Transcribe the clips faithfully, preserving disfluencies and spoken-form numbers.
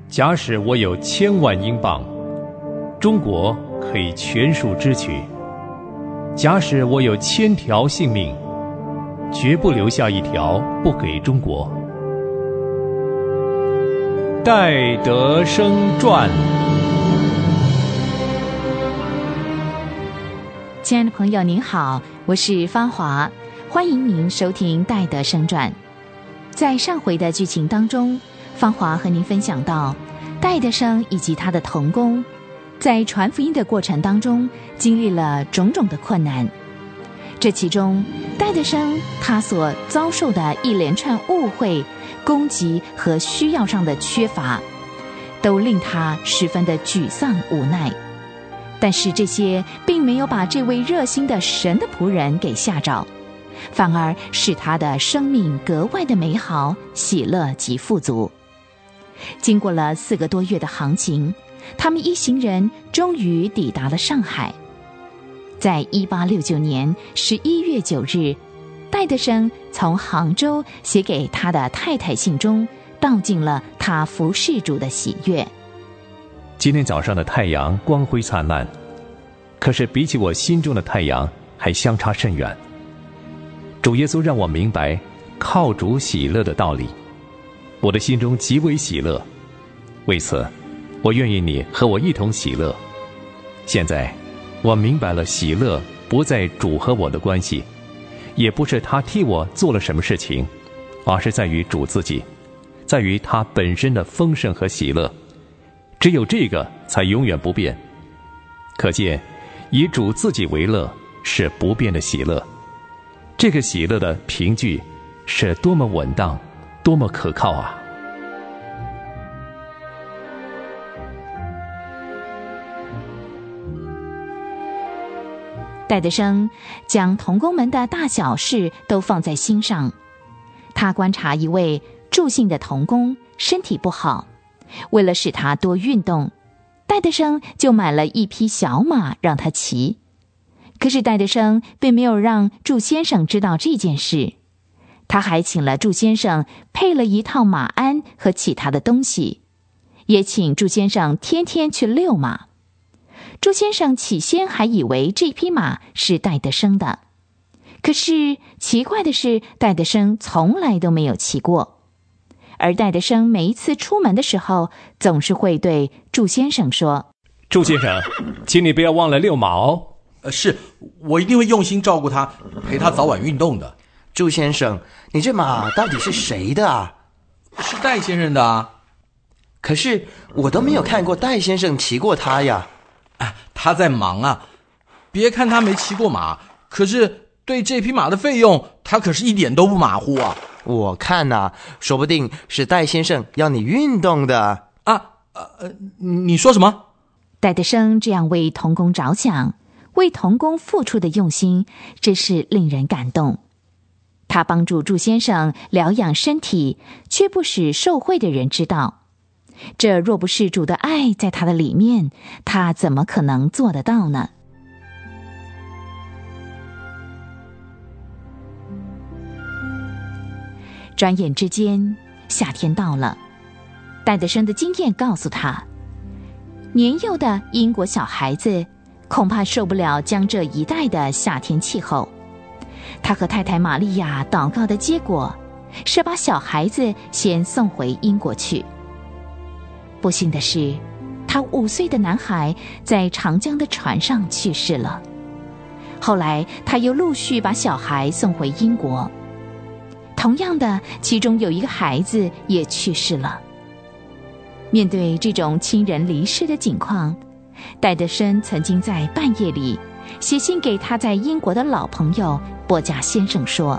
假使我有千万英镑，中国可以全数支取；假使我有千条性命，绝不留下一条不给中国。戴德生传。 亲爱的朋友您好，我是芳华，欢迎您收听戴德生传。在上回的剧情当中，芳华和您分享到，戴德生以及他的同工在传福音的过程当中经历了种种的困难，这其中戴德生他所遭受的一连串误会、攻击和需要上的缺乏，都令他十分的沮丧无奈。但是这些并没有把这位热心的神的仆人给吓着，反而使他的生命格外的美好、喜乐及富足。经过了四个多月的航行，他们一行人终于抵达了上海。在一八六九年十一月九日，戴德生从杭州写给他的太太信中，道尽了他服侍主的喜悦。 今天早上的太阳光辉灿烂，可是比起我心中的太阳还相差甚远。主耶稣让我明白靠主喜乐的道理，我的心中极为喜乐，为此我愿意你和我一同喜乐。现在我明白了，喜乐不在主和我的关系，也不是他替我做了什么事情，而是在于主自己，在于他本身的丰盛和喜乐，只有这个才永远不变。可见以主自己为乐是不变的喜乐，这个喜乐的凭据是多么稳当，多么可靠啊！ 戴德生将同工们的大小事都放在心上。他观察一位助信的同工身体不好，为了使他多运动，戴德生就买了一匹小马让他骑。可是戴德生并没有让祝先生知道这件事，他还请了祝先生配了一套马鞍和其他的东西，也请祝先生天天去遛马。祝先生起先还以为这匹马是戴德生的，可是奇怪的是，戴德生从来都没有骑过。而戴德生每一次出门的时候，总是会对祝先生说： 祝先生，请你不要忘了遛马哦。 呃，是，我一定会用心照顾他，陪他早晚运动的。 祝先生，你这马到底是谁的啊？ 是戴先生的啊。 可是我都没有看过戴先生骑过它呀。 啊，他在忙啊。别看他没骑过马，可是对这匹马的费用，他可是一点都不马虎啊。 我看啊，说不定是戴先生要你运动的啊。呃，你说什么？ 戴德生这样为同工着想，为同工付出的用心，真是令人感动。他帮助祝先生疗养身体，却不使受贿的人知道。这若不是主的爱在他的里面，他怎么可能做得到呢？转眼之间，夏天到了。戴德生的经验告诉他，年幼的英国小孩子恐怕受不了江浙一带的夏天气候。他和太太玛利亚祷告的结果是把小孩子先送回英国去。不幸的是，他五岁的男孩在长江的船上去世了。后来他又陆续把小孩送回英国。同样的，其中有一个孩子也去世了。面对这种亲人离世的境况，戴德生曾经在半夜里写信给他在英国的老朋友波加先生说：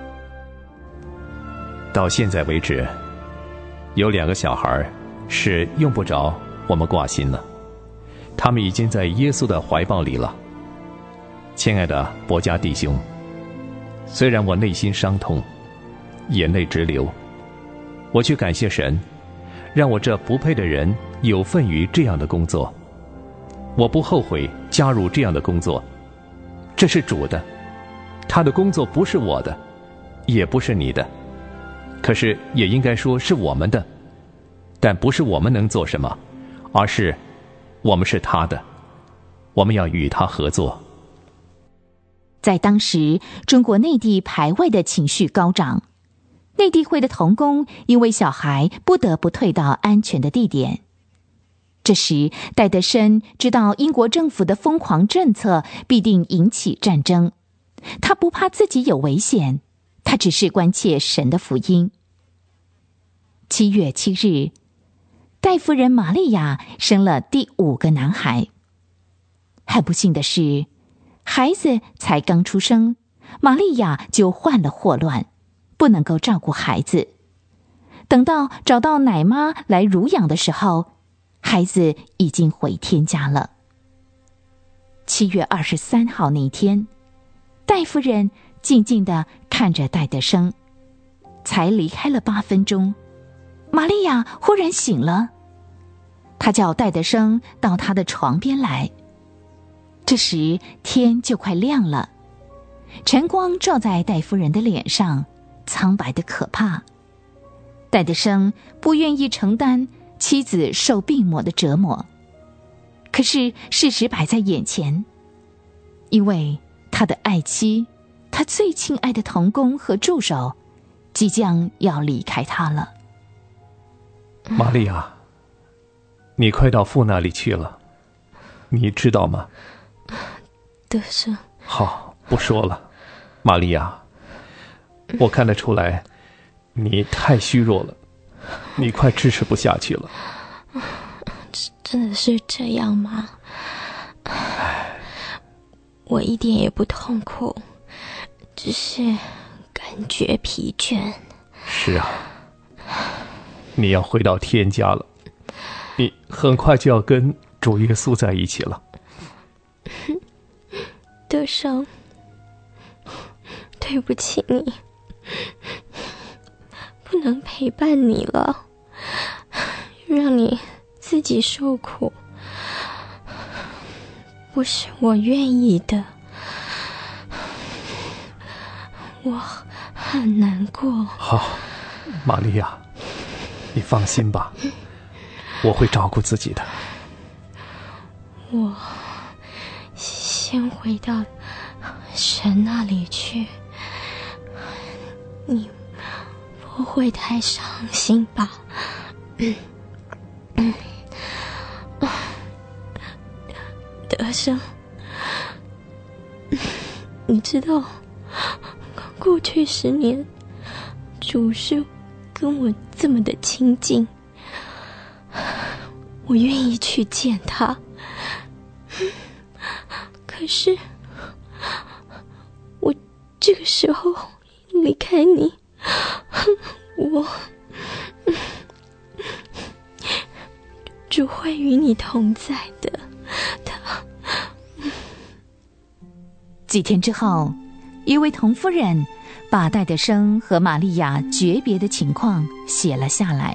到现在为止，有两个小孩是用不着我们挂心了，他们已经在耶稣的怀抱里了。亲爱的伯家弟兄，虽然我内心伤痛，眼泪直流，我却感谢神，让我这不配的人有份于这样的工作。我不后悔加入这样的工作，这是主的，他的工作不是我的，也不是你的，可是也应该说是我们的。 但不是我们能做什么，而是我们是他的，我们要与他合作。 在当时，中国内地排外的情绪高涨，内地会的同工因为小孩不得不退到安全的地点。这时，戴德生知道英国政府的疯狂政策必定引起战争，他不怕自己有危险，他只是关切神的福音。七月七日，戴夫人玛利亚生了第五个男孩。很不幸的是，孩子才刚出生，玛利亚就患了霍乱，不能够照顾孩子。等到找到奶妈来乳养的时候，孩子已经回天家了。七月二十三号那天，戴夫人静静地看着戴德生，才离开了八分钟，玛利亚忽然醒了，她叫戴德生到她的床边来。这时天就快亮了，晨光照在戴夫人的脸上，苍白的可怕。戴德生不愿意承担妻子受病魔的折磨，可是事实摆在眼前，因为他的爱妻，他最亲爱的同工和助手，即将要离开他了。 玛利亚，你快到父那里去了，你知道吗？ 德生。 好，不说了。玛利亚，我看得出来你太虚弱了，你快支持不下去了。 真的是这样吗？我一点也不痛苦，只是感觉疲倦。 是啊，你要回到天家了，你很快就要跟主耶稣在一起了。 德生，对不起你，不能陪伴你了，让你自己受苦，不是我愿意的，我很难过。 好，玛利亚，你放心吧，我会照顾自己的。 我先回到神那里去，你不会太伤心吧？嗯嗯，德生，你知道过去十年主是跟我这么的亲近，我愿意去见他，可是我这个时候离开你，我主会与你同在的。他几天之后，一位童夫人把戴德生和玛利亚诀别的情况写了下来。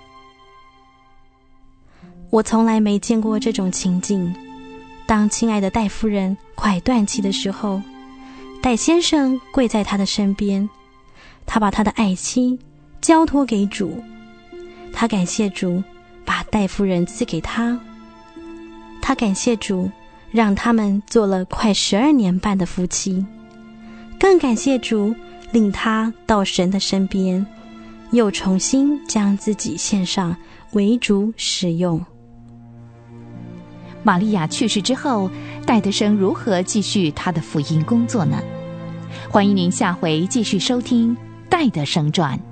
我从来没见过这种情景。当亲爱的戴夫人快断气的时候，戴先生跪在她的身边，他把他的爱妻交托给主，他感谢主把戴夫人赐给他，他感谢主让他们做了快十二年半的夫妻，更感谢主领他到神的身边，又重新将自己献上为主使用。 玛利亚去世之后，戴德生如何继续他的福音工作呢？欢迎您下回继续收听《戴德生传》。